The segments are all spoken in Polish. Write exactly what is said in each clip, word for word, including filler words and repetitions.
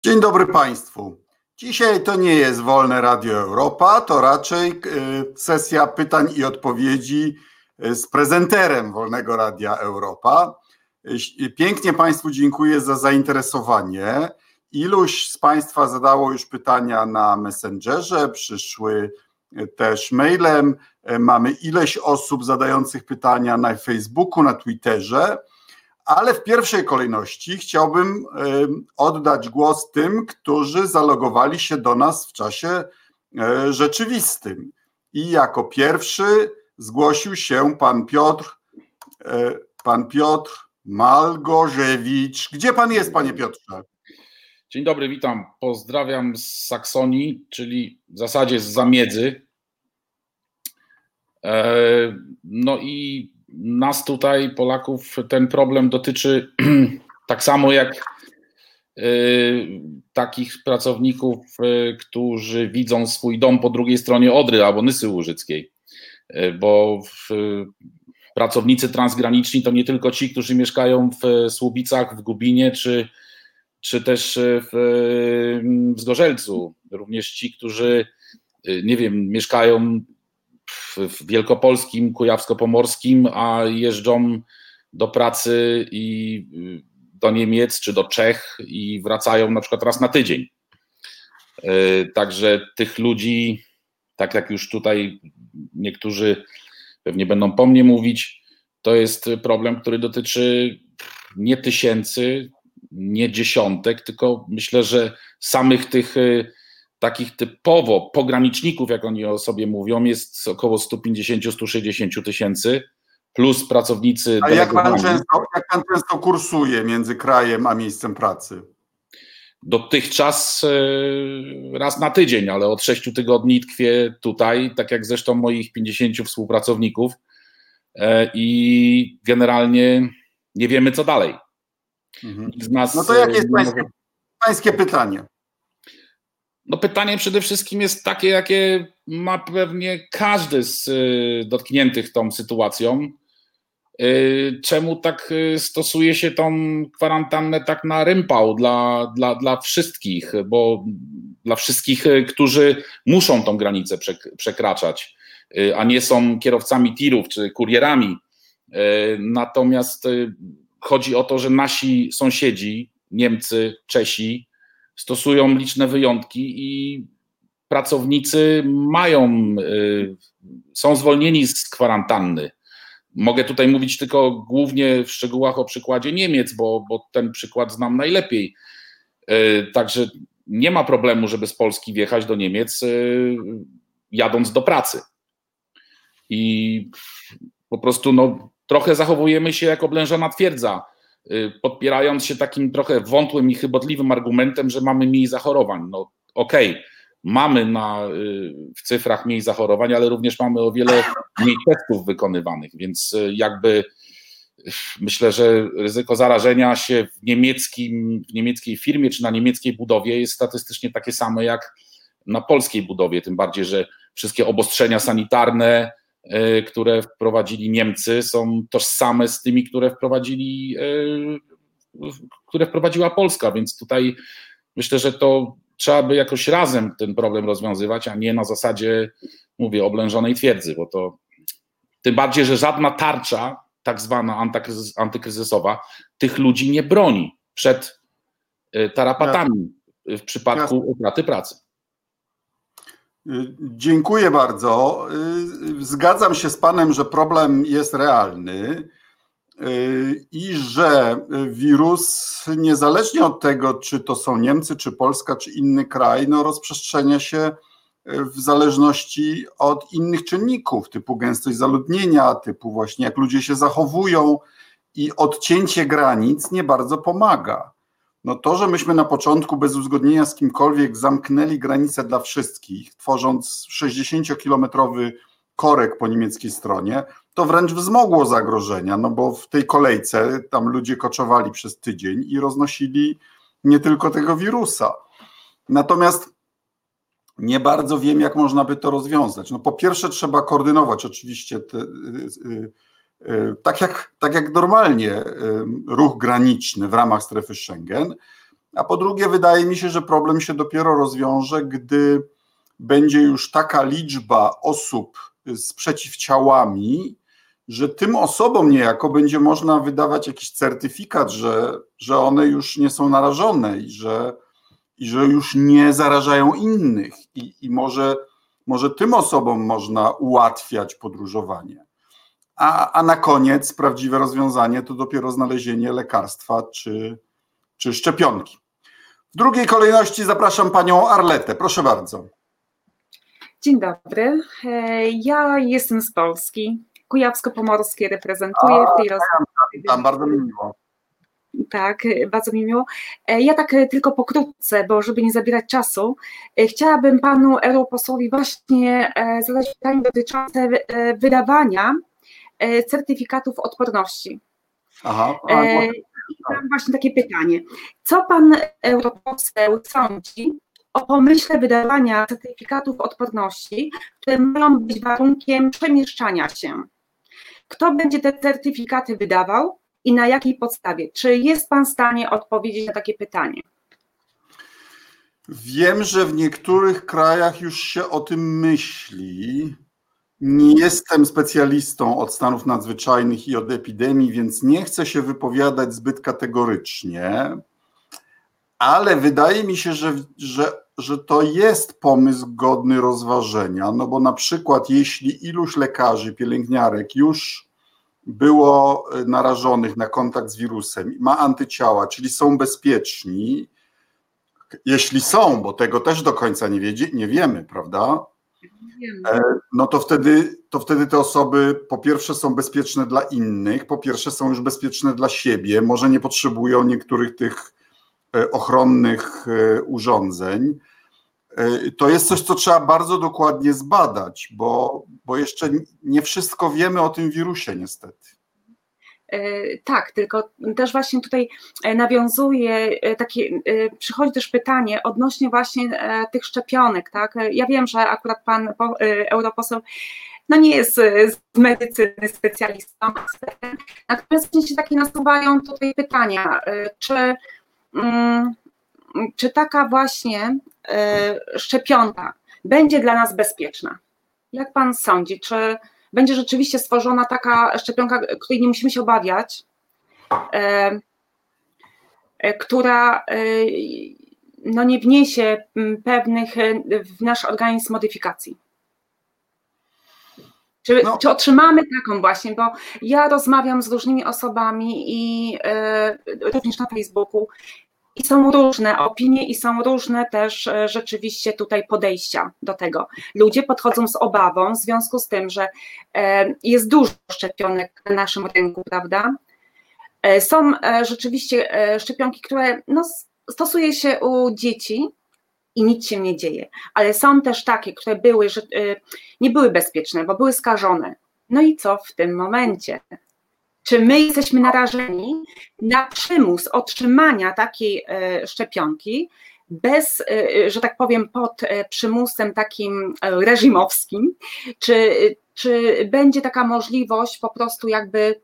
Dzień dobry Państwu. Dzisiaj to nie jest Wolne Radio Europa, to raczej sesja pytań i odpowiedzi z prezenterem Wolnego Radia Europa. Pięknie Państwu dziękuję za zainteresowanie. Iluś z Państwa zadało już pytania na Messengerze, przyszły też mailem. Mamy ileś osób zadających pytania na Facebooku, na Twitterze. Ale w pierwszej kolejności chciałbym oddać głos tym, którzy zalogowali się do nas w czasie rzeczywistym. I jako pierwszy zgłosił się pan Piotr, pan Piotr Malgorzewicz. Gdzie pan jest, panie Piotrze? Dzień dobry, witam. Pozdrawiam z Saksonii, czyli w zasadzie z Zamiedzy. No i nas tutaj, Polaków, ten problem dotyczy tak samo jak y, takich pracowników, y, którzy widzą swój dom po drugiej stronie Odry albo Nysy Łużyckiej, y, bo w, y, pracownicy transgraniczni to nie tylko ci, którzy mieszkają w Słubicach, w Gubinie czy, czy też w, w Zgorzelcu, również ci, którzy y, nie wiem, mieszkają w Wielkopolskim, Kujawsko-Pomorskim, a jeżdżą do pracy i do Niemiec czy do Czech i wracają na przykład raz na tydzień. Także tych ludzi, tak jak już tutaj niektórzy pewnie będą po mnie mówić, to jest problem, który dotyczy nie tysięcy, nie dziesiątek, tylko myślę, że samych tych takich typowo pograniczników, jak oni o sobie mówią, jest około sto pięćdziesiąt do stu sześćdziesięciu tysięcy, plus pracownicy. A jak pan, często, jak pan często kursuje między krajem a miejscem pracy? Dotychczas raz na tydzień, ale od sześciu tygodni tkwię tutaj, tak jak zresztą moich pięćdziesięciu współpracowników i generalnie nie wiemy, co dalej. Mhm. Z nas, no to jakie jest pańskie, pańskie pytanie? No pytanie przede wszystkim jest takie, jakie ma pewnie każdy z dotkniętych tą sytuacją. Czemu tak stosuje się tą kwarantannę tak na rympał dla, dla, dla wszystkich, bo dla wszystkich, którzy muszą tą granicę przekraczać, a nie są kierowcami tirów czy kurierami. Natomiast chodzi o to, że nasi sąsiedzi, Niemcy, Czesi, stosują liczne wyjątki i pracownicy mają, są zwolnieni z kwarantanny. Mogę tutaj mówić tylko głównie w szczegółach o przykładzie Niemiec, bo, bo ten przykład znam najlepiej. Także nie ma problemu, żeby z Polski wjechać do Niemiec, jadąc do pracy. I po prostu no, trochę zachowujemy się jak oblężona twierdza, podpierając się takim trochę wątłym i chybotliwym argumentem, że mamy mniej zachorowań. No okej, okay, mamy na, w cyfrach mniej zachorowań, ale również mamy o wiele mniej testów wykonywanych, więc jakby myślę, że ryzyko zarażenia się w, niemieckim, w niemieckiej firmie czy na niemieckiej budowie jest statystycznie takie same jak na polskiej budowie, tym bardziej, że wszystkie obostrzenia sanitarne, które wprowadzili Niemcy, są tożsame z tymi, które wprowadzili, które wprowadziła Polska, więc tutaj myślę, że to trzeba by jakoś razem ten problem rozwiązywać, a nie na zasadzie, mówię, oblężonej twierdzy, bo to tym bardziej, że żadna tarcza, tak zwana antykryzysowa, tych ludzi nie broni przed tarapatami w przypadku utraty pracy. Dziękuję bardzo. Zgadzam się z panem, że problem jest realny i że wirus, niezależnie od tego, czy to są Niemcy, czy Polska, czy inny kraj, no rozprzestrzenia się w zależności od innych czynników, typu gęstość zaludnienia, typu właśnie jak ludzie się zachowują, i odcięcie granic nie bardzo pomaga. No to, że myśmy na początku bez uzgodnienia z kimkolwiek zamknęli granice dla wszystkich, tworząc sześćdziesięciokilometrowy korek po niemieckiej stronie, to wręcz wzmogło zagrożenia, no bo w tej kolejce tam ludzie koczowali przez tydzień i roznosili nie tylko tego wirusa. Natomiast nie bardzo wiem, jak można by to rozwiązać. No po pierwsze trzeba koordynować oczywiście te, tak jak, tak jak normalnie ruch graniczny w ramach strefy Schengen, A po drugie, wydaje mi się, że problem się dopiero rozwiąże, gdy będzie już taka liczba osób z przeciwciałami, że tym osobom niejako będzie można wydawać jakiś certyfikat, że, że one już nie są narażone i że, i że już nie zarażają innych. I, i może, może tym osobom można ułatwiać podróżowanie. A, a na koniec prawdziwe rozwiązanie to dopiero znalezienie lekarstwa czy, czy szczepionki. W drugiej kolejności zapraszam panią Arletę. Proszę bardzo. Dzień dobry. Ja jestem z Polski. Kujawsko-Pomorskie reprezentuję w tej rozmowie. Tam bardzo mi miło. Tak, bardzo mi miło. Ja tak tylko pokrótce, bo żeby nie zabierać czasu, chciałabym panu europosłowi właśnie zadać pytanie dotyczące wydawania certyfikatów odporności. Aha. I mam właśnie takie pytanie. Co pan europoseł sądzi o pomyśle wydawania certyfikatów odporności, które mają być warunkiem przemieszczania się? Kto będzie te certyfikaty wydawał i na jakiej podstawie? Czy jest pan w stanie odpowiedzieć na takie pytanie? Wiem, że w niektórych krajach już się o tym myśli. Nie jestem specjalistą od stanów nadzwyczajnych i od epidemii, więc nie chcę się wypowiadać zbyt kategorycznie, ale wydaje mi się, że, że, że to jest pomysł godny rozważenia, no bo na przykład jeśli iluś lekarzy, pielęgniarek już było narażonych na kontakt z wirusem, ma antyciała, czyli są bezpieczni, jeśli są, bo tego też do końca nie, wiedzie, nie wiemy, prawda? No to wtedy, to wtedy te osoby po pierwsze są bezpieczne dla innych, po pierwsze są już bezpieczne dla siebie, może nie potrzebują niektórych tych ochronnych urządzeń. To jest coś, co trzeba bardzo dokładnie zbadać, bo, bo jeszcze nie wszystko wiemy o tym wirusie niestety. Tak, tylko też właśnie tutaj nawiązuje takie, przychodzi też pytanie odnośnie właśnie tych szczepionek, tak? Ja wiem, że akurat pan europoseł no nie jest z medycyny specjalistą, natomiast się takie nasuwają tutaj pytania, czy, czy taka właśnie szczepionka będzie dla nas bezpieczna? Jak pan sądzi, czy będzie rzeczywiście stworzona taka szczepionka, której nie musimy się obawiać, e, e, która e, no nie wniesie pewnych w nasz organizm modyfikacji? Czy, no. czy otrzymamy taką właśnie, bo ja rozmawiam z różnymi osobami i e, również na Facebooku i są różne opinie i są różne też rzeczywiście tutaj podejścia do tego. Ludzie podchodzą z obawą w związku z tym, że jest dużo szczepionek na naszym rynku, prawda? Są rzeczywiście szczepionki, które no, stosuje się u dzieci i nic się nie dzieje, ale są też takie, które były, że nie były bezpieczne, bo były skażone. No i co w tym momencie? Czy my jesteśmy narażeni na przymus otrzymania takiej szczepionki bez, że tak powiem, pod przymusem takim reżimowskim? Czy, czy będzie taka możliwość po prostu jakby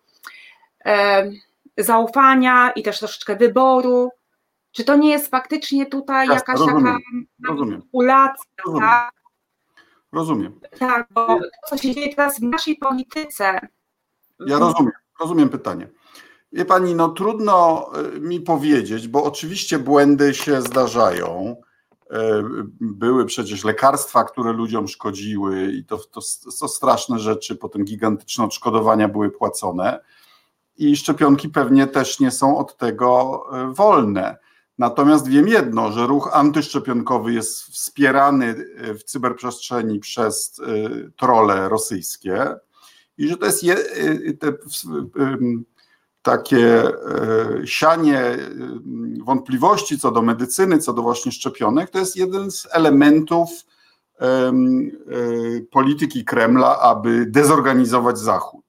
zaufania i też troszeczkę wyboru? Czy to nie jest faktycznie tutaj Jasne, jakaś rozumiem, taka manipulacja? Rozumiem. Tak? Rozumiem. Tak, bo to, co się dzieje teraz w naszej polityce. Ja rozumiem, rozumiem pytanie. Wie pani, no trudno mi powiedzieć, bo oczywiście błędy się zdarzają. Były przecież lekarstwa, które ludziom szkodziły i to, to, to straszne rzeczy, potem gigantyczne odszkodowania były płacone i szczepionki pewnie też nie są od tego wolne. Natomiast wiem jedno, że ruch antyszczepionkowy jest wspierany w cyberprzestrzeni przez trolle rosyjskie i że to jest je, te, takie sianie wątpliwości co do medycyny, co do właśnie szczepionek, to jest jeden z elementów polityki Kremla, aby dezorganizować Zachód.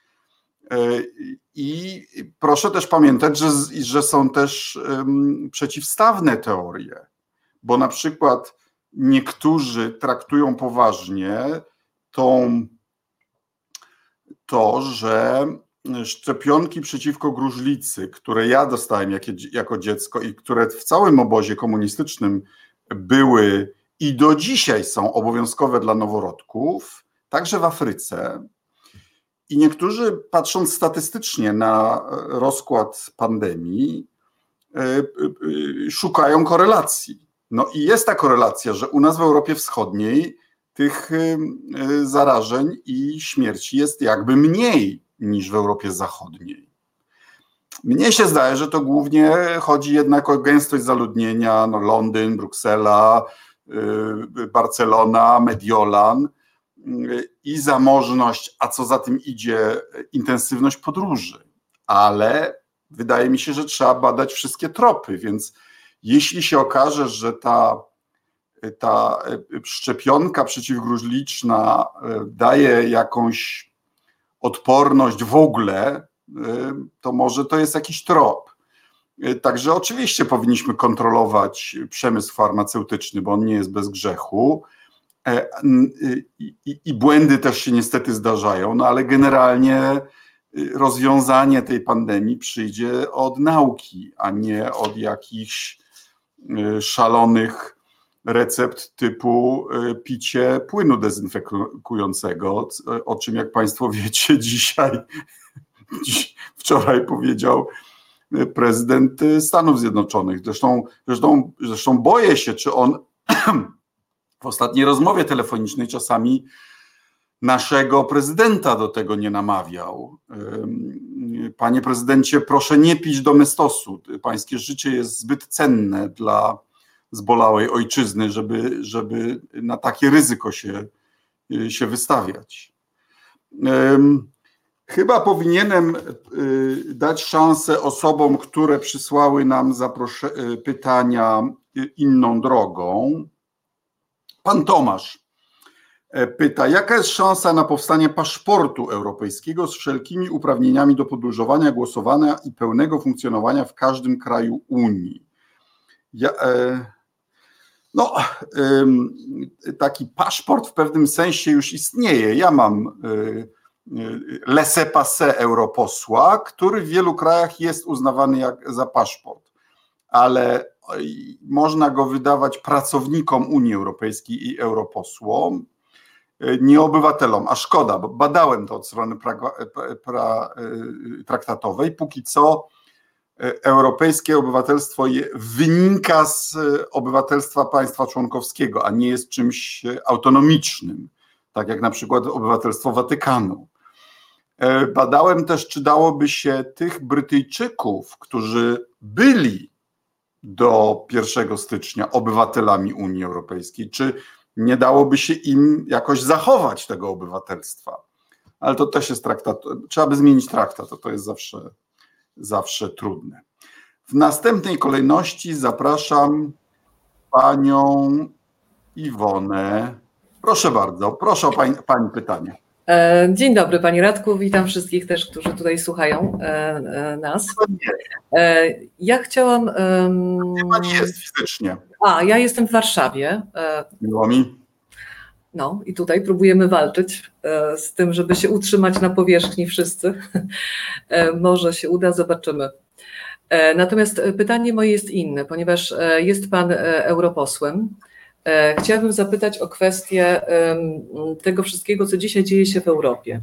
I proszę też pamiętać, że, że są też um, przeciwstawne teorie, bo na przykład niektórzy traktują poważnie tą, to, że szczepionki przeciwko gruźlicy, które ja dostałem jako dziecko i które w całym obozie komunistycznym były i do dzisiaj są obowiązkowe dla noworodków, także w Afryce. I niektórzy, patrząc statystycznie na rozkład pandemii, szukają korelacji. No i jest ta korelacja, że u nas w Europie Wschodniej tych zarażeń i śmierci jest jakby mniej niż w Europie Zachodniej. Mnie się zdaje, że to głównie chodzi jednak o gęstość zaludnienia, no Londyn, Bruksela, Barcelona, Mediolan i zamożność, a co za tym idzie, intensywność podróży. Ale wydaje mi się, że trzeba badać wszystkie tropy, więc jeśli się okaże, że ta, ta szczepionka przeciwgruźliczna daje jakąś odporność w ogóle, to może to jest jakiś trop. Także oczywiście powinniśmy kontrolować przemysł farmaceutyczny, bo on nie jest bez grzechu i, i, i błędy też się niestety zdarzają, no ale generalnie rozwiązanie tej pandemii przyjdzie od nauki, a nie od jakichś szalonych recept typu picie płynu dezynfekującego, o czym, jak Państwo wiecie, dzisiaj, wczoraj powiedział prezydent Stanów Zjednoczonych. Zresztą, zresztą, zresztą boję się, czy on w ostatniej rozmowie telefonicznej czasami naszego prezydenta do tego nie namawiał. Panie prezydencie, proszę nie pić domestosu. Pańskie życie jest zbyt cenne dla zbolałej ojczyzny, żeby, żeby na takie ryzyko się, się wystawiać. Chyba powinienem dać szansę osobom, które przysłały nam zaprosze- pytania inną drogą. Pan Tomasz pyta, jaka jest szansa na powstanie paszportu europejskiego z wszelkimi uprawnieniami do podróżowania, głosowania i pełnego funkcjonowania w każdym kraju Unii? Ja, no, taki paszport w pewnym sensie już istnieje. Ja mam laissez-passer europosła, który w wielu krajach jest uznawany jak za paszport, ale można go wydawać pracownikom Unii Europejskiej i europosłom, nie obywatelom, a szkoda, bo badałem to od strony pra, pra, traktatowej. Póki co europejskie obywatelstwo wynika z obywatelstwa państwa członkowskiego, a nie jest czymś autonomicznym, tak jak na przykład obywatelstwo Watykanu. Badałem też, czy dałoby się tych Brytyjczyków, którzy byli do pierwszego stycznia obywatelami Unii Europejskiej, czy nie dałoby się im jakoś zachować tego obywatelstwa. Ale to też jest traktat, trzeba by zmienić traktat, to, to jest zawsze, zawsze trudne. W następnej kolejności zapraszam panią Iwonę. Proszę bardzo, proszę o pani, pani pytanie. Dzień dobry Panie Radku, witam wszystkich też, którzy tutaj słuchają nas. Ja chciałam... Gdzie pani jest fizycznie? A, ja jestem w Warszawie. Miło mi. No i tutaj próbujemy walczyć z tym, żeby się utrzymać na powierzchni wszyscy. Może się uda, zobaczymy. Natomiast pytanie moje jest inne, ponieważ jest Pan europosłem. Chciałabym zapytać o kwestię tego wszystkiego, co dzisiaj dzieje się w Europie.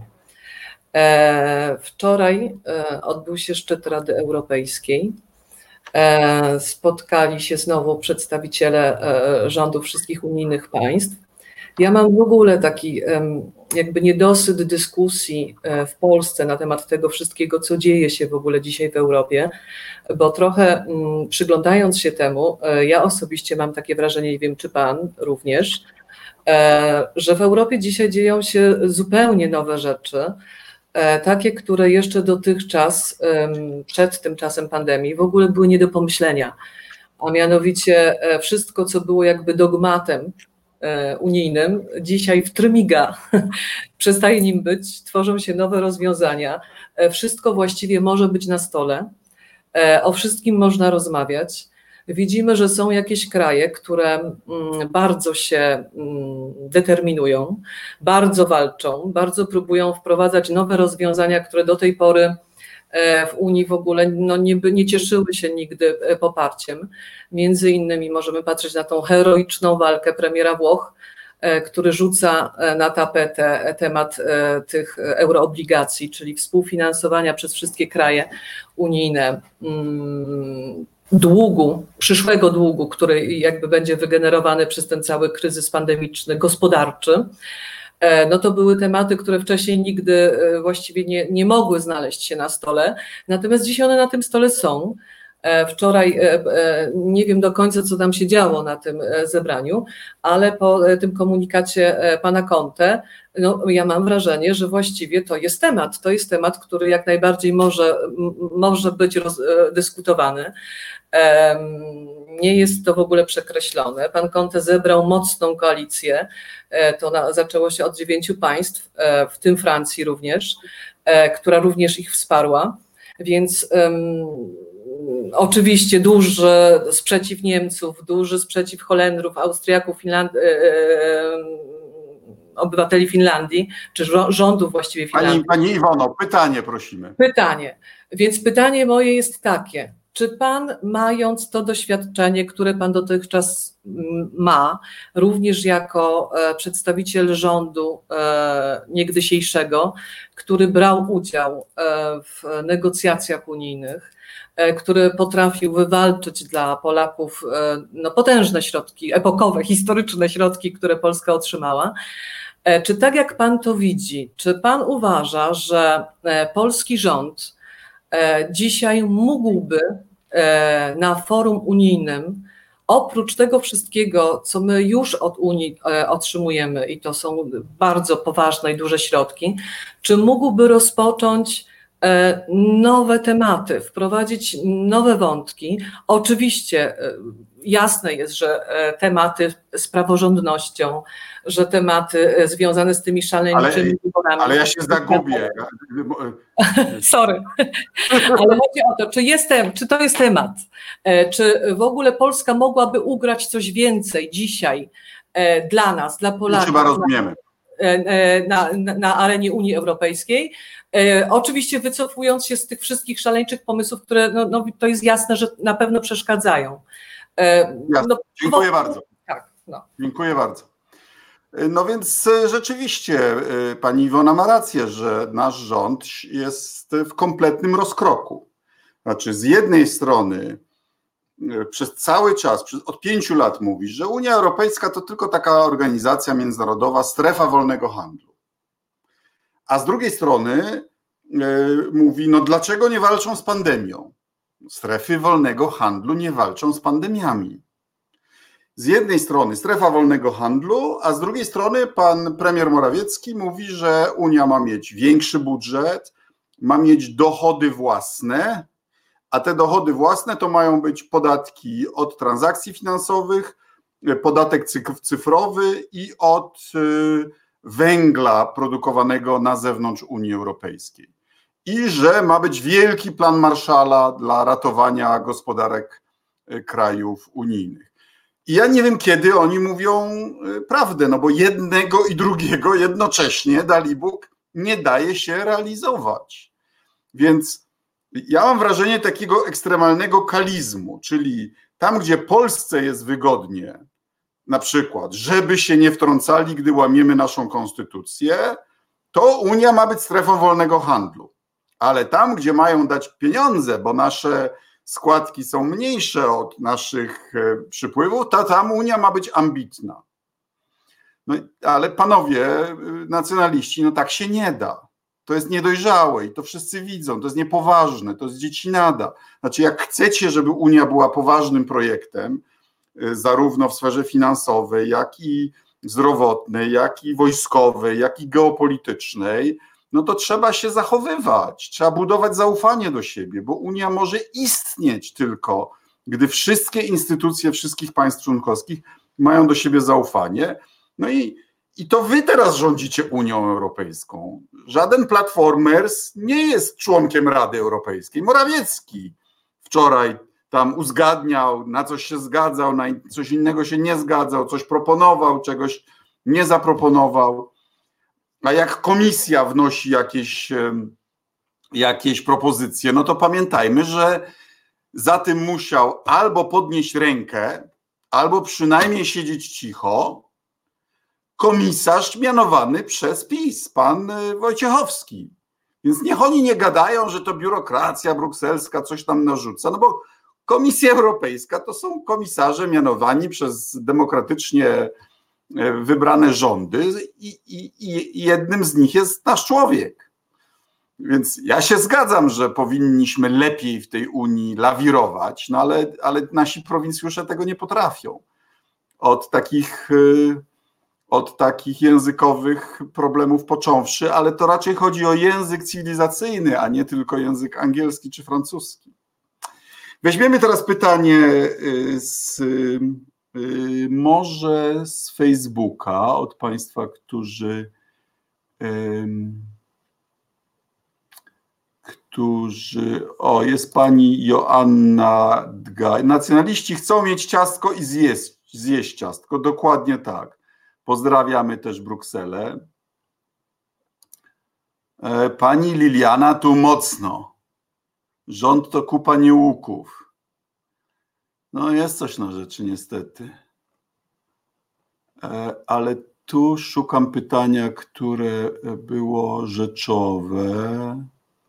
Wczoraj odbył się szczyt Rady Europejskiej. Spotkali się znowu przedstawiciele rządów wszystkich unijnych państw. Ja mam w ogóle taki jakby niedosyt dyskusji w Polsce na temat tego wszystkiego, co dzieje się w ogóle dzisiaj w Europie, bo trochę przyglądając się temu, ja osobiście mam takie wrażenie, nie wiem czy Pan również, że w Europie dzisiaj dzieją się zupełnie nowe rzeczy, takie, które jeszcze dotychczas, przed tym czasem pandemii, w ogóle były nie do pomyślenia, a mianowicie wszystko, co było jakby dogmatem unijnym, dzisiaj wtrymiga, przestaje nim być, tworzą się nowe rozwiązania, wszystko właściwie może być na stole, o wszystkim można rozmawiać. Widzimy, że są jakieś kraje, które bardzo się determinują, bardzo walczą, bardzo próbują wprowadzać nowe rozwiązania, które do tej pory w Unii w ogóle no nie, nie cieszyły się nigdy poparciem. Między innymi możemy patrzeć na tą heroiczną walkę premiera Włoch, który rzuca na tapetę temat tych euroobligacji, czyli współfinansowania przez wszystkie kraje unijne długu, przyszłego długu, który jakby będzie wygenerowany przez ten cały kryzys pandemiczny, gospodarczy. No to były tematy, które wcześniej nigdy właściwie nie, nie mogły znaleźć się na stole, natomiast dziś one na tym stole są. Wczoraj nie wiem do końca, co tam się działo na tym zebraniu, ale po tym komunikacie pana Conte, no ja mam wrażenie, że właściwie to jest temat, to jest temat, który jak najbardziej może, może być roz, dyskutowany. Nie jest to w ogóle przekreślone. Pan Conte zebrał mocną koalicję, to na, zaczęło się od dziewięciu państw, w tym Francji również, która również ich wsparła, więc um, oczywiście duży sprzeciw Niemców, duży sprzeciw Holendrów, Austriaków, Finland, e, e, obywateli Finlandii, czy rządów właściwie Finlandii. Pani, pani Iwono, pytanie prosimy. Pytanie. Więc pytanie moje jest takie. Czy pan, mając to doświadczenie, które pan dotychczas ma, również jako przedstawiciel rządu niegdysiejszego, który brał udział w negocjacjach unijnych, który potrafił wywalczyć dla Polaków no, potężne środki, epokowe, historyczne środki, które Polska otrzymała, czy tak jak pan to widzi, czy pan uważa, że polski rząd dzisiaj mógłby na forum unijnym, oprócz tego wszystkiego, co my już od Unii otrzymujemy i to są bardzo poważne i duże środki, czy mógłby rozpocząć nowe tematy, wprowadzić nowe wątki? Oczywiście jasne jest, że tematy z praworządnością, że tematy związane z tymi szaleńczymi wyborami. Ale ja się zagubię. Sorry. Ale chodzi o to, czy, jest, czy to jest temat? Czy w ogóle Polska mogłaby ugrać coś więcej dzisiaj dla nas, dla Polaków? Chyba rozumiemy. Na, na, na arenie Unii Europejskiej. E, oczywiście wycofując się z tych wszystkich szaleńczych pomysłów, które no, no, to jest jasne, że na pewno przeszkadzają. E, no, Dziękuję bo, bardzo. Tak, no. Dziękuję bardzo. No więc rzeczywiście pani Iwona ma rację, że nasz rząd jest w kompletnym rozkroku. Znaczy z jednej strony przez cały czas, od pięciu lat mówi, że Unia Europejska to tylko taka organizacja międzynarodowa, strefa wolnego handlu. A z drugiej strony mówi, no dlaczego nie walczą z pandemią? Strefy wolnego handlu nie walczą z pandemiami. Z jednej strony strefa wolnego handlu, a z drugiej strony pan premier Morawiecki mówi, że Unia ma mieć większy budżet, ma mieć dochody własne, a te dochody własne to mają być podatki od transakcji finansowych, podatek cyfrowy i od węgla produkowanego na zewnątrz Unii Europejskiej. I że ma być wielki plan Marshalla dla ratowania gospodarek krajów unijnych. I ja nie wiem, kiedy oni mówią prawdę, no bo jednego i drugiego jednocześnie, dalibóg, nie daje się realizować. Więc ja mam wrażenie takiego ekstremalnego kalizmu, czyli tam, gdzie Polsce jest wygodnie, na przykład, żeby się nie wtrącali, gdy łamiemy naszą konstytucję, to Unia ma być strefą wolnego handlu. Ale tam, gdzie mają dać pieniądze, bo nasze składki są mniejsze od naszych przypływów, to tam Unia ma być ambitna. No, ale panowie nacjonaliści, no tak się nie da. To jest niedojrzałe i to wszyscy widzą, to jest niepoważne, to jest dziecinada. Znaczy jak chcecie, żeby Unia była poważnym projektem, zarówno w sferze finansowej, jak i zdrowotnej, jak i wojskowej, jak i geopolitycznej, no to trzeba się zachowywać, trzeba budować zaufanie do siebie, bo Unia może istnieć tylko, gdy wszystkie instytucje wszystkich państw członkowskich mają do siebie zaufanie. No i, i to wy teraz rządzicie Unią Europejską. Żaden platformers nie jest członkiem Rady Europejskiej. Morawiecki wczoraj tam uzgadniał, na coś się zgadzał, na coś innego się nie zgadzał, coś proponował, czegoś nie zaproponował. A jak komisja wnosi jakieś, jakieś propozycje, no to pamiętajmy, że za tym musiał albo podnieść rękę, albo przynajmniej siedzieć cicho komisarz mianowany przez PiS, pan Wojciechowski. Więc niech oni nie gadają, że to biurokracja brukselska coś tam narzuca, no bo Komisja Europejska to są komisarze mianowani przez demokratycznie wybrane rządy i, i, i jednym z nich jest nasz człowiek. Więc ja się zgadzam, że powinniśmy lepiej w tej Unii lawirować, no ale, ale nasi prowincjusze tego nie potrafią. Od takich, od takich językowych problemów począwszy, ale to raczej chodzi o język cywilizacyjny, a nie tylko język angielski czy francuski. Weźmiemy teraz pytanie z, może z Facebooka od Państwa, którzy, którzy... O, jest pani Joanna Dgaj. Nacjonaliści chcą mieć ciastko i zjeść, zjeść ciastko. Dokładnie tak. Pozdrawiamy też Brukselę. Pani Liliana tu mocno. Rząd to kupa nieuków. No jest coś na rzeczy niestety. Ale tu szukam pytania, które było rzeczowe.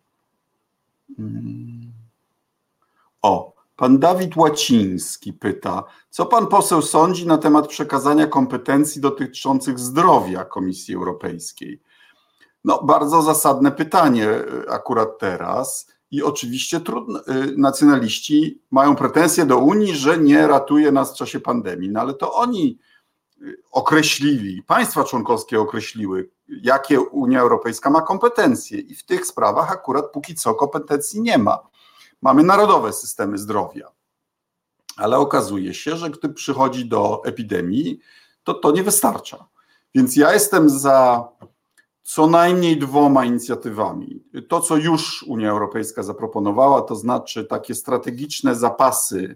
O, pan Dawid Łaciński pyta, co pan poseł sądzi na temat przekazania kompetencji dotyczących zdrowia Komisji Europejskiej? No, bardzo zasadne pytanie akurat teraz. I oczywiście trudno, nacjonaliści mają pretensje do Unii, że nie ratuje nas w czasie pandemii, no ale to oni określili, państwa członkowskie określiły, jakie Unia Europejska ma kompetencje i w tych sprawach akurat póki co kompetencji nie ma. Mamy narodowe systemy zdrowia, ale okazuje się, że gdy przychodzi do epidemii, to to nie wystarcza. Więc ja jestem za co najmniej dwoma inicjatywami. To, co już Unia Europejska zaproponowała, to znaczy takie strategiczne zapasy,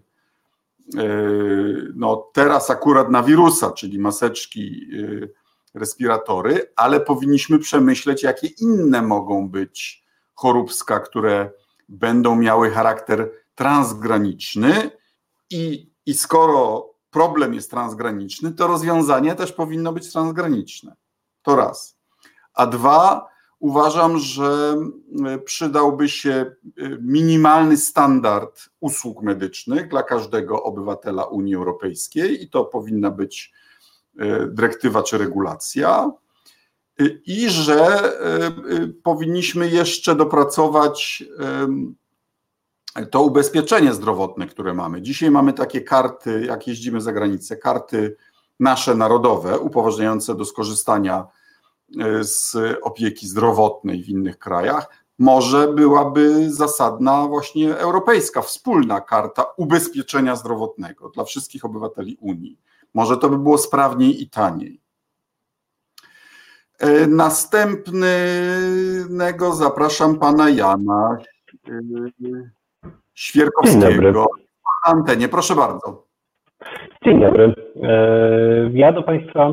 no teraz akurat na wirusa, czyli maseczki, respiratory, ale powinniśmy przemyśleć, jakie inne mogą być choróbska, które będą miały charakter transgraniczny i, i skoro problem jest transgraniczny, to rozwiązanie też powinno być transgraniczne. To raz. A dwa, uważam, że przydałby się minimalny standard usług medycznych dla każdego obywatela Unii Europejskiej i to powinna być dyrektywa czy regulacja i że powinniśmy jeszcze dopracować to ubezpieczenie zdrowotne, które mamy. Dzisiaj mamy takie karty, jak jeździmy za granicę, karty nasze narodowe upoważniające do skorzystania z opieki zdrowotnej w innych krajach. Może byłaby zasadna właśnie europejska, wspólna karta ubezpieczenia zdrowotnego dla wszystkich obywateli Unii. Może to by było sprawniej i taniej. Następnego zapraszam pana Jana Świerkowskiego. Na antenie, proszę bardzo. Dzień dobry. Ja do Państwa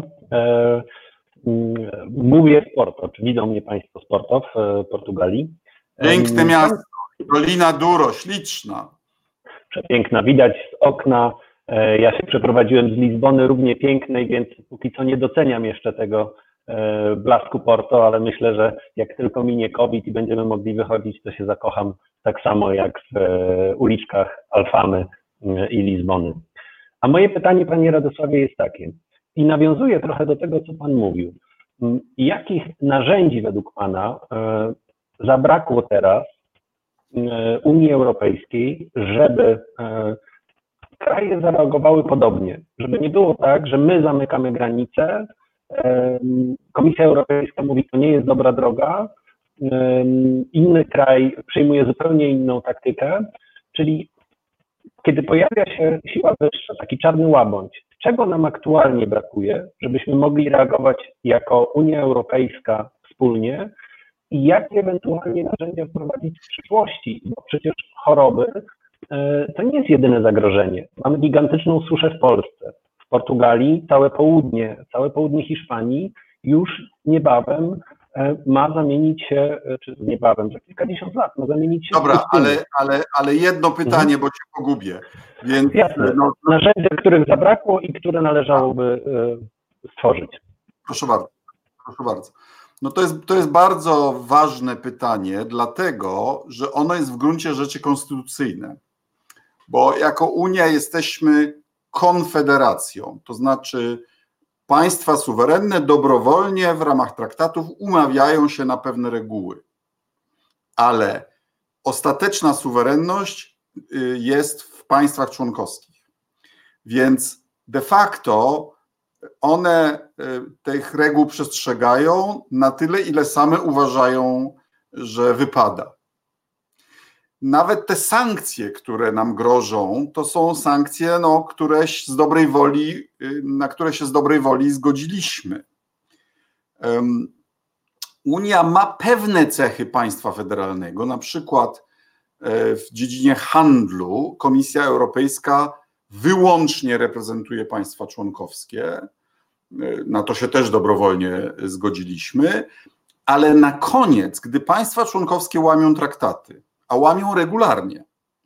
mówię z Porto, czy widzą mnie Państwo z Porto w Portugalii. Piękne miasto, Dolina Douro, śliczna. Przepiękna, widać z okna. Ja się przeprowadziłem z Lizbony, równie pięknej, więc póki co nie doceniam jeszcze tego blasku Porto, ale myślę, że jak tylko minie COVID i będziemy mogli wychodzić, to się zakocham tak samo jak w uliczkach Alfamy i Lizbony. A moje pytanie, panie Radosławie, jest takie i nawiązuje trochę do tego, co pan mówił. Jakich narzędzi według pana zabrakło teraz Unii Europejskiej, żeby kraje zareagowały podobnie, żeby nie było tak, że my zamykamy granice, Komisja Europejska mówi, to nie jest dobra droga, inny kraj przyjmuje zupełnie inną taktykę, czyli kiedy pojawia się siła wyższa, taki czarny łabędź, czego nam aktualnie brakuje, żebyśmy mogli reagować jako Unia Europejska wspólnie i jakie ewentualnie narzędzia wprowadzić w przyszłości, bo przecież choroby to nie jest jedyne zagrożenie. Mamy gigantyczną suszę w Polsce. W Portugalii całe południe, całe południe Hiszpanii już niebawem ma zamienić się, czy niebawem, za kilkadziesiąt lat ma zamienić się... Dobra, ale, ale, ale jedno pytanie, mhm. bo cię pogubię. Więc, Jasne, no, narzędzia, których zabrakło i które należałoby stworzyć. Proszę bardzo, proszę bardzo. No to jest, to jest bardzo ważne pytanie, dlatego, że ono jest w gruncie rzeczy konstytucyjne. Bo jako Unia jesteśmy konfederacją, to znaczy państwa suwerenne dobrowolnie w ramach traktatów umawiają się na pewne reguły. Ale ostateczna suwerenność jest w państwach członkowskich. Więc de facto one tych reguł przestrzegają na tyle, ile same uważają, że wypada. Nawet te sankcje, które nam grożą, to są sankcje, no, które z dobrej woli, na które się z dobrej woli zgodziliśmy. Um, Unia ma pewne cechy państwa federalnego, na przykład w dziedzinie handlu Komisja Europejska wyłącznie reprezentuje państwa członkowskie, na to się też dobrowolnie zgodziliśmy, ale na koniec, gdy państwa członkowskie łamią traktaty, a łamią regularnie,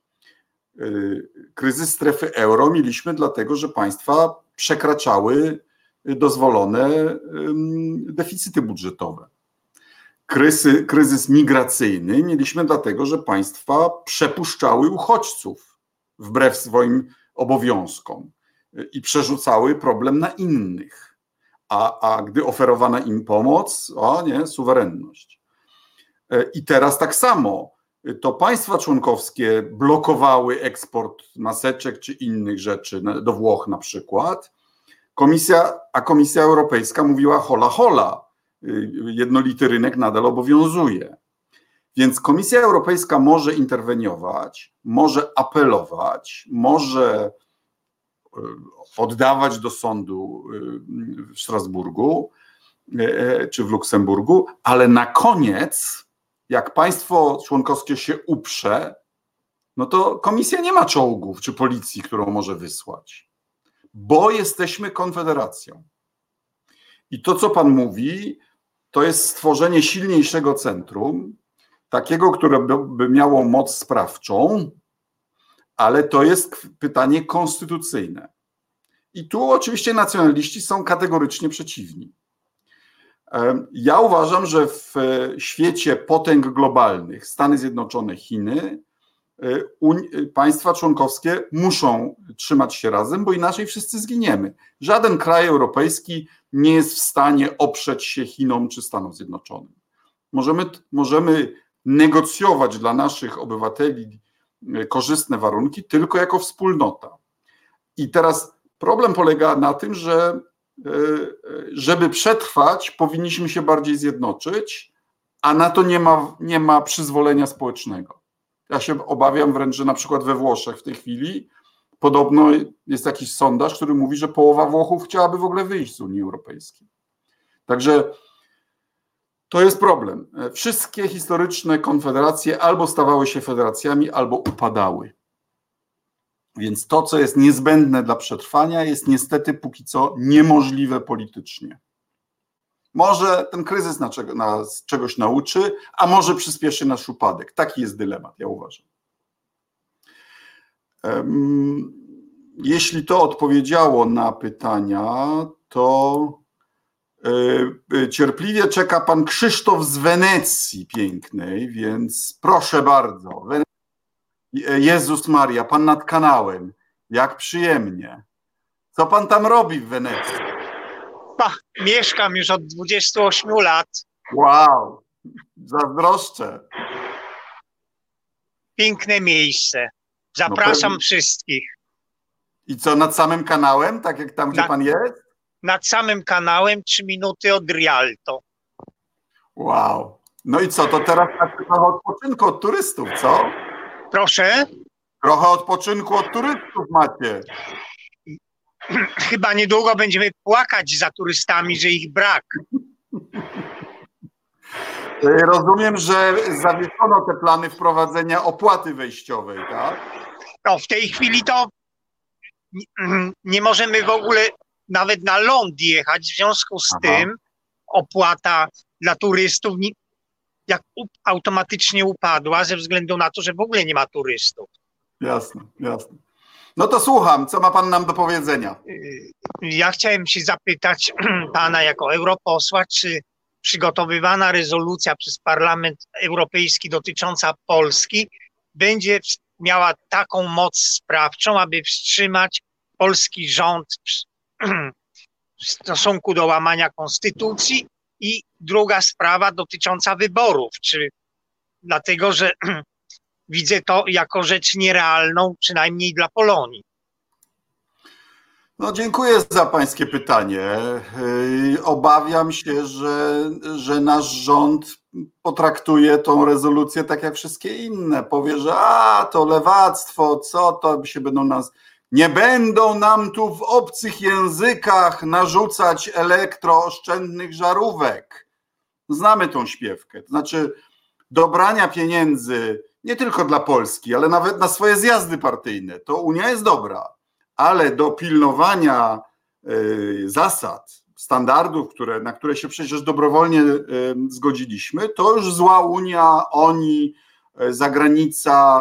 kryzys strefy euro mieliśmy dlatego, że państwa przekraczały dozwolone deficyty budżetowe. Kryzys, kryzys migracyjny mieliśmy dlatego, że państwa przepuszczały uchodźców wbrew swoim obowiązkom i przerzucały problem na innych, a, a gdy oferowana im pomoc, o nie, suwerenność. I teraz tak samo, to państwa członkowskie blokowały eksport maseczek czy innych rzeczy do Włoch na przykład, Komisja, a Komisja Europejska mówiła hola hola, jednolity rynek nadal obowiązuje. Więc Komisja Europejska może interweniować, może apelować, może oddawać do sądu w Strasburgu czy w Luksemburgu, ale na koniec, jak państwo członkowskie się uprze, no to Komisja nie ma czołgów czy policji, którą może wysłać, bo jesteśmy konfederacją. I to, co pan mówi, to jest stworzenie silniejszego centrum, takiego, które by miało moc sprawczą, ale to jest pytanie konstytucyjne. I tu oczywiście nacjonaliści są kategorycznie przeciwni. Ja uważam, że w świecie potęg globalnych, Stany Zjednoczone, Chiny, państwa członkowskie muszą trzymać się razem, bo inaczej wszyscy zginiemy. Żaden kraj europejski nie jest w stanie oprzeć się Chinom czy Stanom Zjednoczonym. Możemy, możemy negocjować dla naszych obywateli korzystne warunki tylko jako wspólnota. I teraz problem polega na tym, że żeby przetrwać, powinniśmy się bardziej zjednoczyć, a na to nie ma, nie ma przyzwolenia społecznego. Ja się obawiam wręcz, że na przykład we Włoszech w tej chwili podobno jest jakiś sondaż, który mówi, że połowa Włochów chciałaby w ogóle wyjść z Unii Europejskiej. Także to jest problem. Wszystkie historyczne konfederacje albo stawały się federacjami, albo upadały. Więc to, co jest niezbędne dla przetrwania, jest niestety póki co niemożliwe politycznie. Może ten kryzys nas, nas czegoś nauczy, a może przyspieszy nasz upadek. Taki jest dylemat, ja uważam. Jeśli to odpowiedziało na pytania, to cierpliwie czeka pan Krzysztof z Wenecji pięknej, więc proszę bardzo. Jezus Maria, pan nad kanałem, jak przyjemnie. Co pan tam robi w Wenecji? Ach, mieszkam już od dwudziestu ośmiu lat. Wow, zazdroszczę. Piękne miejsce. Zapraszam no wszystkich. I co, nad samym kanałem, tak jak tam, gdzie nad, pan jest? Nad samym kanałem, trzy minuty od Rialto. Wow. No i co, to teraz tak trochę odpoczynku od turystów, co? Proszę? Trochę odpoczynku od turystów macie. Chyba niedługo będziemy płakać za turystami, że ich brak. Rozumiem, że zawieszono te plany wprowadzenia opłaty wejściowej, tak? No, w tej chwili to nie możemy w ogóle nawet na ląd jechać, w związku z Aha. tym opłata dla turystów jak automatycznie upadła ze względu na to, że w ogóle nie ma turystów. Jasne, jasne. No to słucham, co ma pan nam do powiedzenia? Ja chciałem się zapytać pana jako europosła, czy przygotowywana rezolucja przez Parlament Europejski dotycząca Polski będzie miała taką moc sprawczą, aby wstrzymać polski rząd w stosunku do łamania konstytucji. I druga sprawa dotycząca wyborów, czy dlatego, że widzę to jako rzecz nierealną, przynajmniej dla Polonii. No, dziękuję za pańskie pytanie. Obawiam się, że, że nasz rząd potraktuje tą rezolucję tak jak wszystkie inne. Powie, że a, to lewactwo, co to się będą nas... Nie będą nam tu w obcych językach narzucać elektrooszczędnych żarówek. Znamy tą śpiewkę. To znaczy dobrania pieniędzy nie tylko dla Polski, ale nawet na swoje zjazdy partyjne. To Unia jest dobra, ale do pilnowania y, zasad, standardów, które, na które się przecież dobrowolnie y, zgodziliśmy, to już zła Unia, oni, y, zagranica,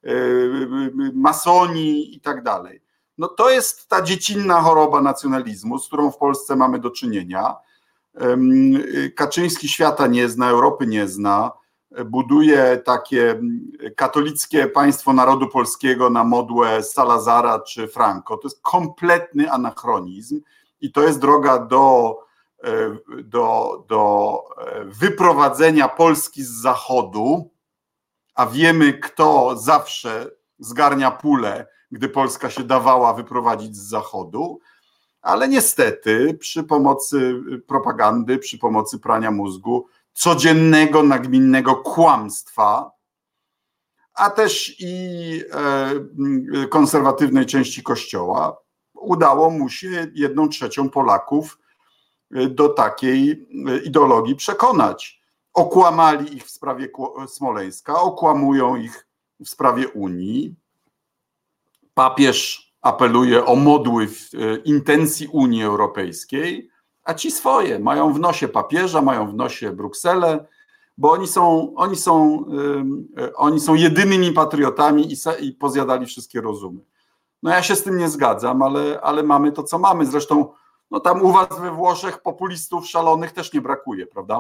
masoni i tak dalej. No to jest ta dziecinna choroba nacjonalizmu, z którą w Polsce mamy do czynienia. Kaczyński świata nie zna, Europy nie zna, buduje takie katolickie państwo narodu polskiego na modłę Salazara czy Franco. To jest kompletny anachronizm i to jest droga do, do, do wyprowadzenia Polski z Zachodu, a wiemy, kto zawsze zgarnia pulę, gdy Polska się dawała wyprowadzić z Zachodu, ale niestety przy pomocy propagandy, przy pomocy prania mózgu, codziennego, nagminnego kłamstwa, a też i konserwatywnej części Kościoła, udało mu się jedną trzecią Polaków do takiej ideologii przekonać. Okłamali ich w sprawie Smoleńska, okłamują ich w sprawie Unii. Papież apeluje o modły w intencji Unii Europejskiej, a ci swoje mają w nosie papieża, mają w nosie Brukselę, bo oni są, oni są, oni są jedynymi patriotami i, i pozjadali wszystkie rozumy. No ja się z tym nie zgadzam, ale, ale mamy to, co mamy. Zresztą no tam u was we Włoszech populistów szalonych też nie brakuje, prawda?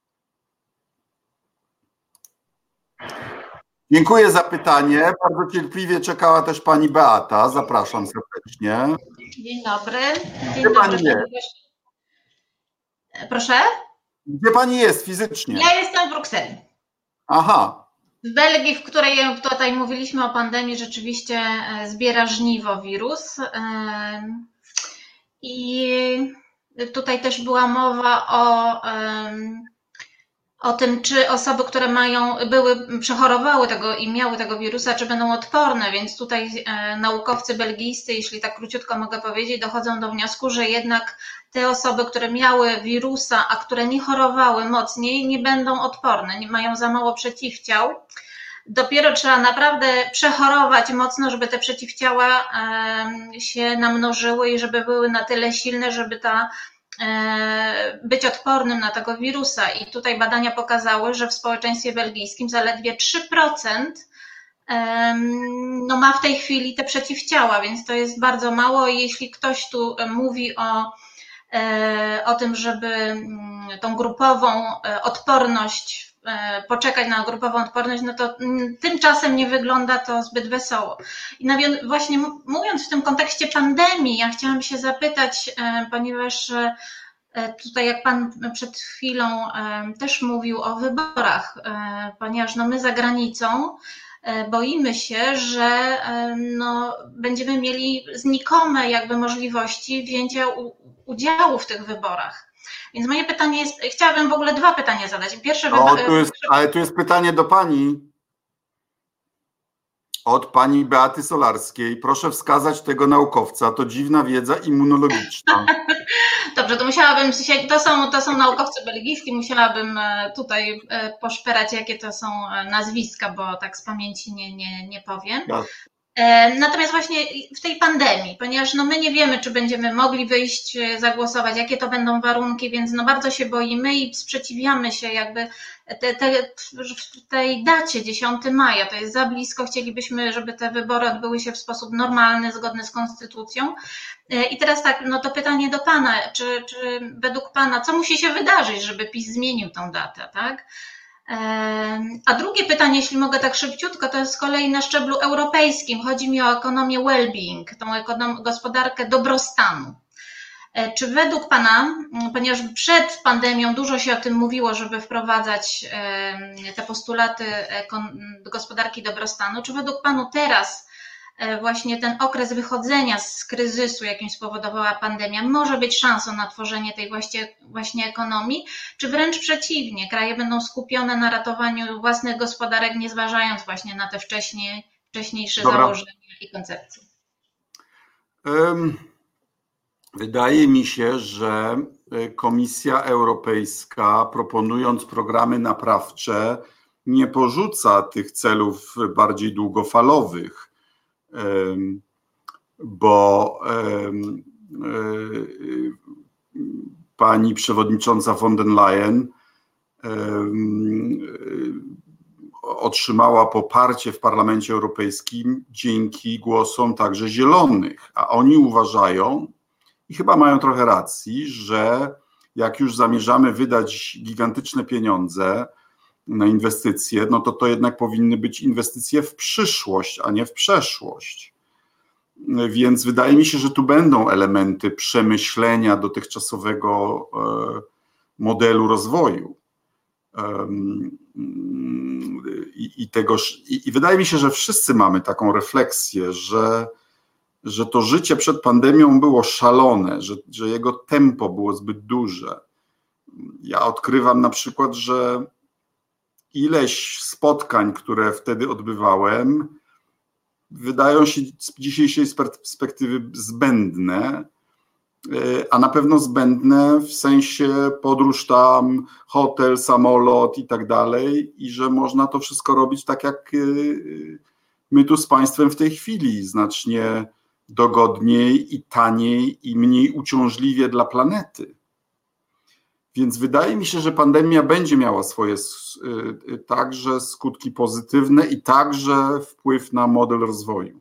Dziękuję za pytanie. Bardzo cierpliwie czekała też pani Beata. Zapraszam serdecznie. Dzień dobry. Dzień Gdzie dobry. pani jest? Proszę? Gdzie pani jest fizycznie? Ja jestem w Brukseli. Aha. W Belgii, w której tutaj mówiliśmy o pandemii, rzeczywiście zbiera żniwo wirus. I tutaj też była mowa o... o tym, czy osoby, które mają, były, przechorowały tego i miały tego wirusa, czy będą odporne, więc tutaj e, naukowcy belgijscy, jeśli tak króciutko mogę powiedzieć, dochodzą do wniosku, że jednak te osoby, które miały wirusa, a które nie chorowały mocniej, nie będą odporne, nie mają za mało przeciwciał. Dopiero trzeba naprawdę przechorować mocno, żeby te przeciwciała e, się namnożyły i żeby były na tyle silne, żeby ta być odpornym na tego wirusa. I tutaj badania pokazały, że w społeczeństwie belgijskim zaledwie trzy procent no ma w tej chwili te przeciwciała, więc to jest bardzo mało i jeśli ktoś tu mówi o, o tym, żeby tą grupową odporność, poczekać na grupową odporność, no to tymczasem nie wygląda to zbyt wesoło. I właśnie mówiąc w tym kontekście pandemii, ja chciałam się zapytać, ponieważ tutaj jak pan przed chwilą też mówił o wyborach, ponieważ no my za granicą boimy się, że no będziemy mieli znikome jakby możliwości wzięcia udziału w tych wyborach. Więc moje pytanie jest, chciałabym w ogóle dwa pytania zadać. Pierwsze, o, tu jest, ale tu jest pytanie do pani, od pani Beaty Solarskiej. Proszę wskazać tego naukowca, to dziwna wiedza immunologiczna. Dobrze, to musiałabym, to są, to są naukowcy belgijscy, musiałabym tutaj poszperać, jakie to są nazwiska, bo tak z pamięci nie, nie, nie powiem. Natomiast właśnie w tej pandemii, ponieważ no my nie wiemy, czy będziemy mogli wyjść, zagłosować, jakie to będą warunki, więc no bardzo się boimy i sprzeciwiamy się jakby te, te, w tej dacie dziesiątego maja, to jest za blisko, chcielibyśmy, żeby te wybory odbyły się w sposób normalny, zgodny z konstytucją. I teraz tak, no to pytanie do Pana, czy, czy według Pana, co musi się wydarzyć, żeby PiS zmienił tą datę, tak? A drugie pytanie, jeśli mogę tak szybciutko, to jest z kolei na szczeblu europejskim. Chodzi mi o ekonomię well-being, tą ekonom- gospodarkę dobrostanu. Czy według Pana, ponieważ przed pandemią dużo się o tym mówiło, żeby wprowadzać te postulaty gospodarki dobrostanu, czy według Panu teraz właśnie ten okres wychodzenia z kryzysu, jakim spowodowała pandemia, może być szansą na tworzenie tej właśnie, właśnie ekonomii, czy wręcz przeciwnie, kraje będą skupione na ratowaniu własnych gospodarek, nie zważając właśnie na te wcześniej, wcześniejsze Dobra. założenia i koncepcje? Um, wydaje mi się, że Komisja Europejska, proponując programy naprawcze, nie porzuca tych celów bardziej długofalowych, bo pani przewodnicząca von der Leyen otrzymała poparcie w Parlamencie Europejskim dzięki głosom także zielonych, a oni uważają, i chyba mają trochę racji, że jak już zamierzamy wydać gigantyczne pieniądze na inwestycje, no to to jednak powinny być inwestycje w przyszłość, a nie w przeszłość. Więc wydaje mi się, że tu będą elementy przemyślenia dotychczasowego modelu rozwoju. I, i, tegoż, i, i wydaje mi się, że wszyscy mamy taką refleksję, że, że to życie przed pandemią było szalone, że, że jego tempo było zbyt duże. Ja odkrywam na przykład, że ileś spotkań, które wtedy odbywałem, wydają się z dzisiejszej perspektywy zbędne, a na pewno zbędne w sensie podróż tam, hotel, samolot i tak dalej, i że można to wszystko robić tak jak my tu z Państwem w tej chwili, znacznie dogodniej i taniej i mniej uciążliwie dla planety. Więc wydaje mi się, że pandemia będzie miała swoje także skutki pozytywne i także wpływ na model rozwoju.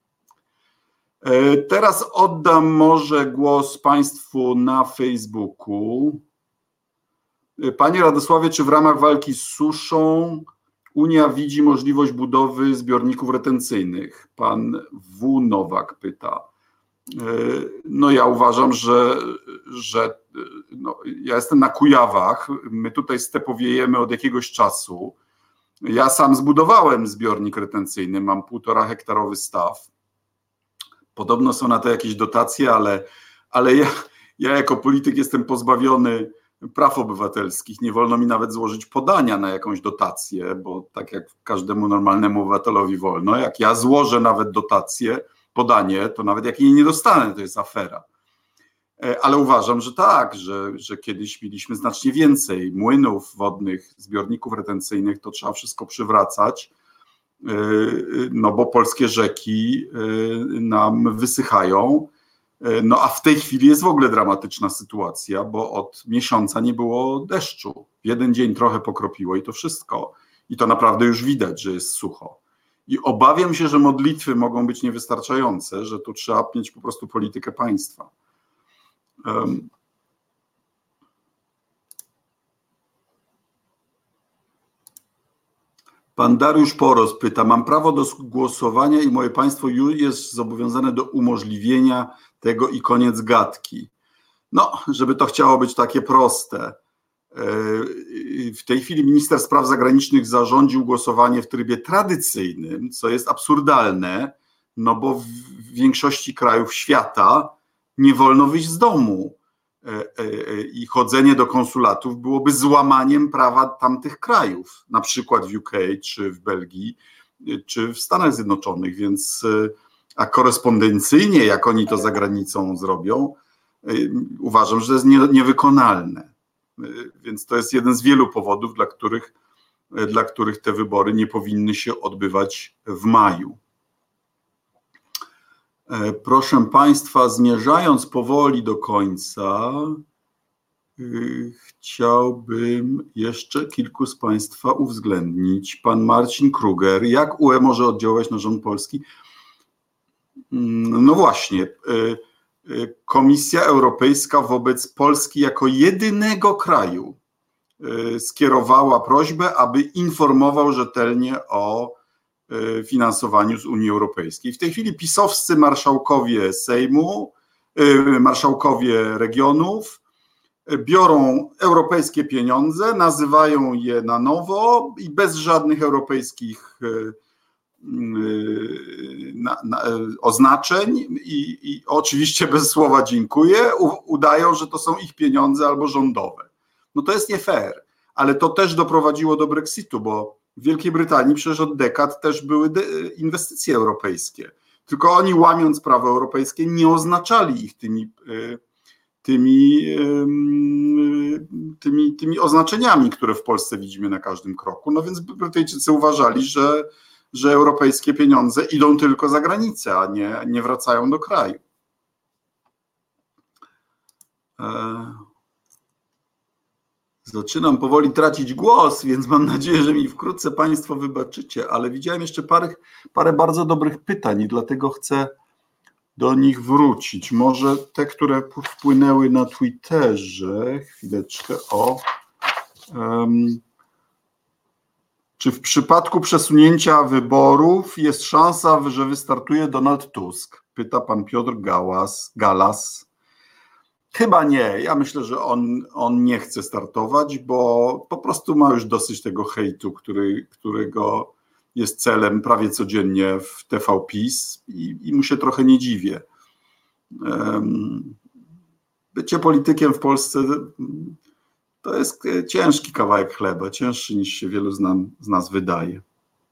Teraz oddam może głos Państwu na Facebooku. Panie Radosławie, czy w ramach walki z suszą Unia widzi możliwość budowy zbiorników retencyjnych? Pan W. Nowak pyta. No ja uważam, że, że no, ja jestem na Kujawach, my tutaj stepowiejemy od jakiegoś czasu. Ja sam zbudowałem zbiornik retencyjny, mam półtora hektarowy staw. Podobno są na to jakieś dotacje, ale, ale ja, ja jako polityk jestem pozbawiony praw obywatelskich. Nie wolno mi nawet złożyć podania na jakąś dotację, bo tak jak każdemu normalnemu obywatelowi wolno, jak ja złożę nawet dotację, podanie, to nawet jak jej nie dostanę, to jest afera. Ale uważam, że tak, że, że kiedyś mieliśmy znacznie więcej młynów wodnych, zbiorników retencyjnych, to trzeba wszystko przywracać, no bo polskie rzeki nam wysychają, no a w tej chwili jest w ogóle dramatyczna sytuacja, bo od miesiąca nie było deszczu. W jeden dzień trochę pokropiło i to wszystko. I to naprawdę już widać, że jest sucho. I obawiam się, że modlitwy mogą być niewystarczające, że tu trzeba mieć po prostu politykę państwa. Um. Pan Dariusz Poros pyta, mam prawo do głosowania i moje państwo już jest zobowiązane do umożliwienia tego i koniec gadki. No, żeby to chciało być takie proste. W tej chwili minister spraw zagranicznych zarządził głosowanie w trybie tradycyjnym, co jest absurdalne, no bo w większości krajów świata nie wolno wyjść z domu i chodzenie do konsulatów byłoby złamaniem prawa tamtych krajów, na przykład w U K, czy w Belgii, czy w Stanach Zjednoczonych, więc a korespondencyjnie, jak oni to za granicą zrobią, uważam, że to jest nie, niewykonalne. Więc to jest jeden z wielu powodów, dla których, dla których te wybory nie powinny się odbywać w maju. Proszę Państwa, zmierzając powoli do końca, chciałbym jeszcze kilku z Państwa uwzględnić. Pan Marcin Kruger, jak U E może oddziaływać na rząd polski? No właśnie, Komisja Europejska wobec Polski jako jedynego kraju skierowała prośbę, aby informował rzetelnie o finansowaniu z Unii Europejskiej. W tej chwili pisowscy marszałkowie Sejmu, marszałkowie regionów biorą europejskie pieniądze, nazywają je na nowo i bez żadnych europejskich na, na, oznaczeń i, i oczywiście bez słowa dziękuję, u, udają, że to są ich pieniądze albo rządowe. No to jest nie fair, ale to też doprowadziło do Brexitu, bo w Wielkiej Brytanii przecież od dekad też były inwestycje europejskie, tylko oni, łamiąc prawo europejskie, nie oznaczali ich tymi, tymi, tymi, tymi oznaczeniami, które w Polsce widzimy na każdym kroku. No więc Brytyjczycy uważali, że, że europejskie pieniądze idą tylko za granicę, a nie, nie wracają do kraju. Zaczynam powoli tracić głos, więc mam nadzieję, że mi wkrótce Państwo wybaczycie, ale widziałem jeszcze parę, parę bardzo dobrych pytań i dlatego chcę do nich wrócić. Może te, które wpłynęły na Twitterze. Chwileczkę, o. Um, czy w przypadku przesunięcia wyborów jest szansa, że wystartuje Donald Tusk? Pyta pan Piotr Galas. Galas. Chyba nie. Ja myślę, że on, on nie chce startować, bo po prostu ma już dosyć tego hejtu, który, którego jest celem prawie codziennie w T V PiS i, i mu się trochę nie dziwię. Um, bycie politykiem w Polsce to jest ciężki kawałek chleba, cięższy niż się wielu z, nam, z nas wydaje.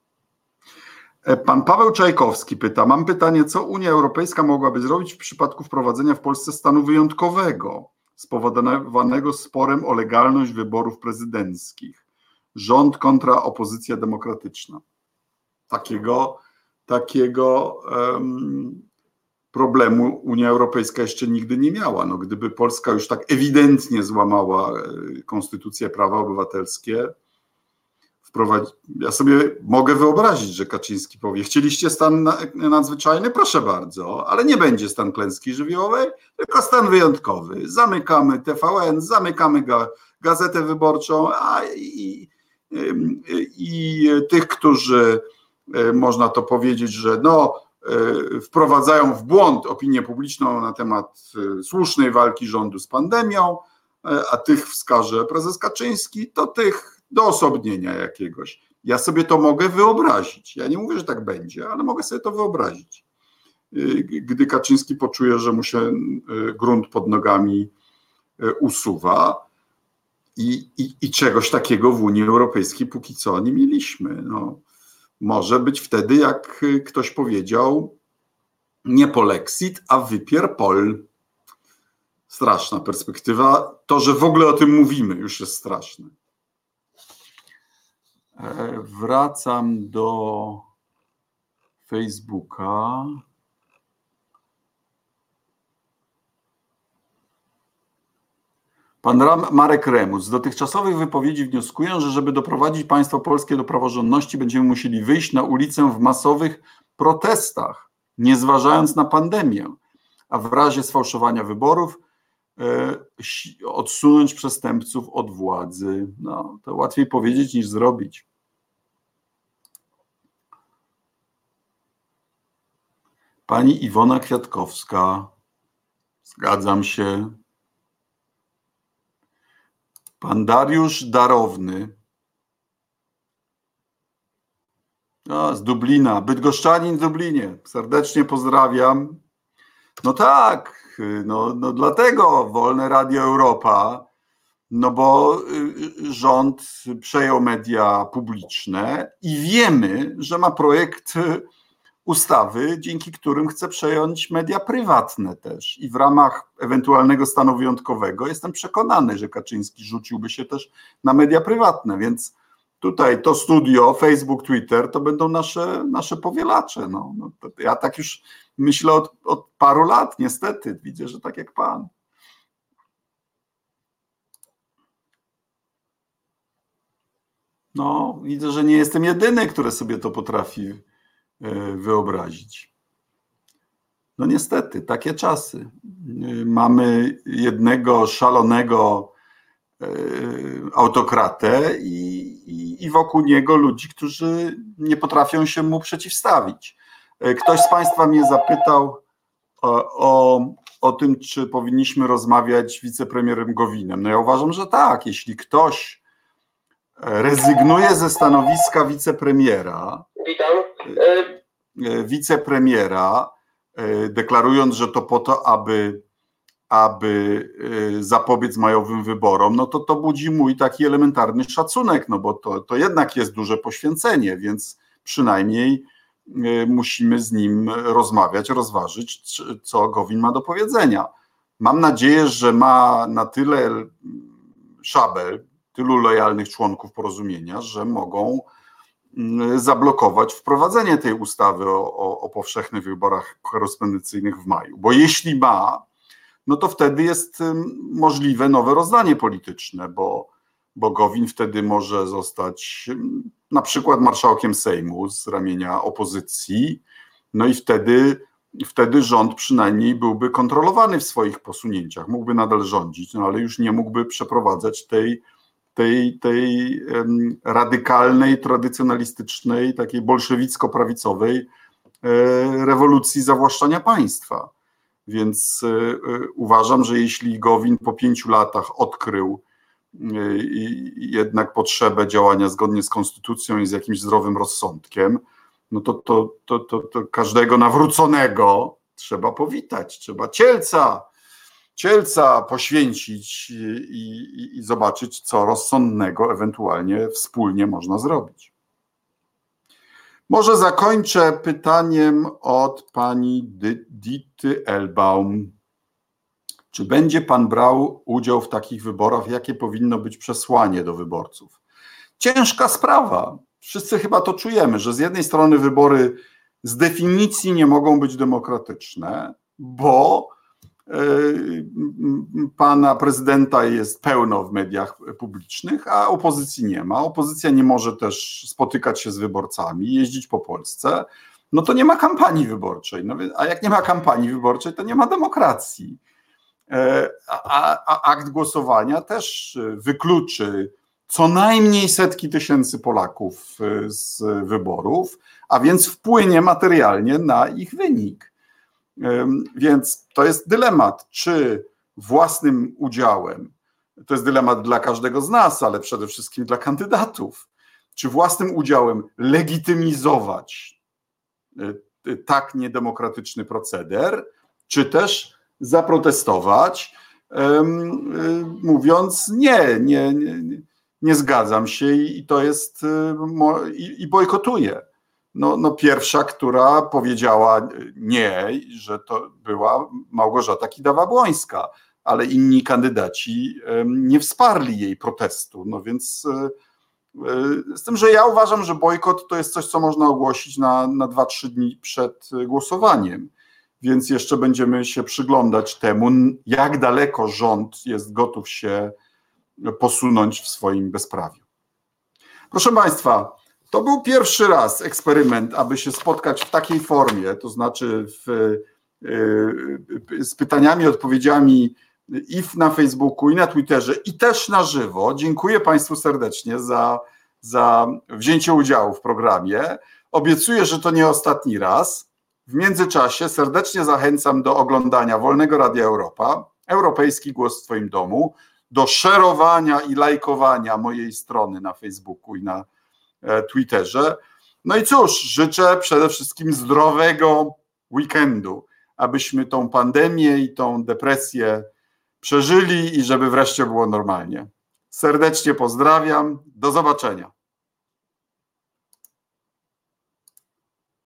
Pan Paweł Czajkowski pyta, mam pytanie, co Unia Europejska mogłaby zrobić w przypadku wprowadzenia w Polsce stanu wyjątkowego spowodowanego sporem o legalność wyborów prezydenckich? Rząd kontra opozycja demokratyczna. Takiego, takiego um, problemu Unia Europejska jeszcze nigdy nie miała. No, gdyby Polska już tak ewidentnie złamała konstytucję, prawa obywatelskie, wprowadzi... ja sobie mogę wyobrazić, że Kaczyński powie, chcieliście stan nadzwyczajny? Proszę bardzo, ale nie będzie stan klęski żywiołowej, tylko stan wyjątkowy. Zamykamy T V N, zamykamy ga... Gazetę Wyborczą, a i, i, i tych, którzy, można to powiedzieć, że no, wprowadzają w błąd opinię publiczną na temat słusznej walki rządu z pandemią, a tych wskaże prezes Kaczyński, to tych do osobnienia jakiegoś. Ja sobie to mogę wyobrazić. Ja nie mówię, że tak będzie, ale mogę sobie to wyobrazić. Gdy Kaczyński poczuje, że mu się grunt pod nogami usuwa i, i, i czegoś takiego w Unii Europejskiej póki co nie mieliśmy. No, może być wtedy, jak ktoś powiedział, nie polexit, a wypier pol. Straszna perspektywa. To, że w ogóle o tym mówimy, już jest straszne. Wracam do Facebooka. Pan Ram, Marek Remus. Z dotychczasowych wypowiedzi wnioskuję, że żeby doprowadzić państwo polskie do praworządności, będziemy musieli wyjść na ulicę w masowych protestach, nie zważając na pandemię, a w razie sfałszowania wyborów e, odsunąć przestępców od władzy. No, to łatwiej powiedzieć niż zrobić. Pani Iwona Kwiatkowska. Zgadzam się. Pan Dariusz Darowny. A, z Dublina. Bydgoszczanin w Dublinie. Serdecznie pozdrawiam. No tak, no, no dlatego Wolne Radio Europa, no bo rząd przejął media publiczne i wiemy, że ma projekt ustawy, dzięki którym chce przejąć media prywatne też. I w ramach ewentualnego stanu wyjątkowego jestem przekonany, że Kaczyński rzuciłby się też na media prywatne, więc tutaj to studio, Facebook, Twitter, to będą nasze, nasze powielacze. No, no, ja tak już myślę od, od paru lat, niestety. Widzę, że tak jak pan. No, widzę, że nie jestem jedyny, który sobie to potrafi wyobrazić. No niestety, takie czasy. Mamy jednego szalonego autokratę i, i, i wokół niego ludzi, którzy nie potrafią się mu przeciwstawić. Ktoś z Państwa mnie zapytał o, o, o tym, czy powinniśmy rozmawiać z wicepremierem Gowinem. No ja uważam, że tak. Jeśli ktoś rezygnuje ze stanowiska wicepremiera, Witam. wicepremiera, deklarując, że to po to, aby, aby zapobiec majowym wyborom, no to to budzi mój taki elementarny szacunek, no bo to, to jednak jest duże poświęcenie, więc przynajmniej musimy z nim rozmawiać, rozważyć, co Gowin ma do powiedzenia. Mam nadzieję, że ma na tyle szabel, tylu lojalnych członków Porozumienia, że mogą zablokować wprowadzenie tej ustawy o, o, o powszechnych wyborach korespondencyjnych w maju. Bo jeśli ma, no to wtedy jest możliwe nowe rozdanie polityczne, bo, bo Gowin wtedy może zostać na przykład marszałkiem Sejmu z ramienia opozycji, no i wtedy, wtedy rząd przynajmniej byłby kontrolowany w swoich posunięciach, mógłby nadal rządzić, no ale już nie mógłby przeprowadzać tej tej, tej um, radykalnej, tradycjonalistycznej, takiej bolszewicko-prawicowej e, rewolucji zawłaszczania państwa. Więc e, uważam, że jeśli Gowin po pięciu latach odkrył e, jednak potrzebę działania zgodnie z konstytucją i z jakimś zdrowym rozsądkiem, no to, to, to, to, to każdego nawróconego trzeba powitać, trzeba cielca Cielca poświęcić i, i, i zobaczyć, co rozsądnego ewentualnie wspólnie można zrobić. Może zakończę pytaniem od pani Dity Elbaum. Czy będzie pan brał udział w takich wyborach? Jakie powinno być przesłanie do wyborców? Ciężka sprawa. Wszyscy chyba to czujemy, że z jednej strony wybory z definicji nie mogą być demokratyczne, bo pana prezydenta jest pełno w mediach publicznych, a opozycji nie ma. Opozycja nie może też spotykać się z wyborcami, jeździć po Polsce. No to nie ma kampanii wyborczej. No, a jak nie ma kampanii wyborczej, to nie ma demokracji. A, a akt głosowania też wykluczy co najmniej setki tysięcy Polaków z wyborów, a więc wpłynie materialnie na ich wynik. Więc to jest dylemat, czy własnym udziałem, to jest dylemat dla każdego z nas, ale przede wszystkim dla kandydatów, czy własnym udziałem legitymizować tak niedemokratyczny proceder, czy też zaprotestować, mówiąc nie, nie, nie, nie zgadzam się i to jest, i, i bojkotuję. No, no pierwsza, która powiedziała nie, że to była Małgorzata Kidawa-Błońska, ale inni kandydaci nie wsparli jej protestu. No więc z tym, że ja uważam, że bojkot to jest coś, co można ogłosić na, na dwa trzy dni przed głosowaniem. Więc jeszcze będziemy się przyglądać temu, jak daleko rząd jest gotów się posunąć w swoim bezprawiu. Proszę Państwa, to był pierwszy raz eksperyment, aby się spotkać w takiej formie, to znaczy w, z pytaniami, odpowiedziami i na Facebooku, i na Twitterze, i też na żywo. Dziękuję Państwu serdecznie za, za wzięcie udziału w programie. Obiecuję, że to nie ostatni raz. W międzyczasie serdecznie zachęcam do oglądania Wolnego Radia Europa, Europejski Głos w Twoim domu, do szerowania i lajkowania mojej strony na Facebooku i na Twitterze. No i cóż, życzę przede wszystkim zdrowego weekendu, abyśmy tą pandemię i tą depresję przeżyli i żeby wreszcie było normalnie. Serdecznie pozdrawiam, do zobaczenia.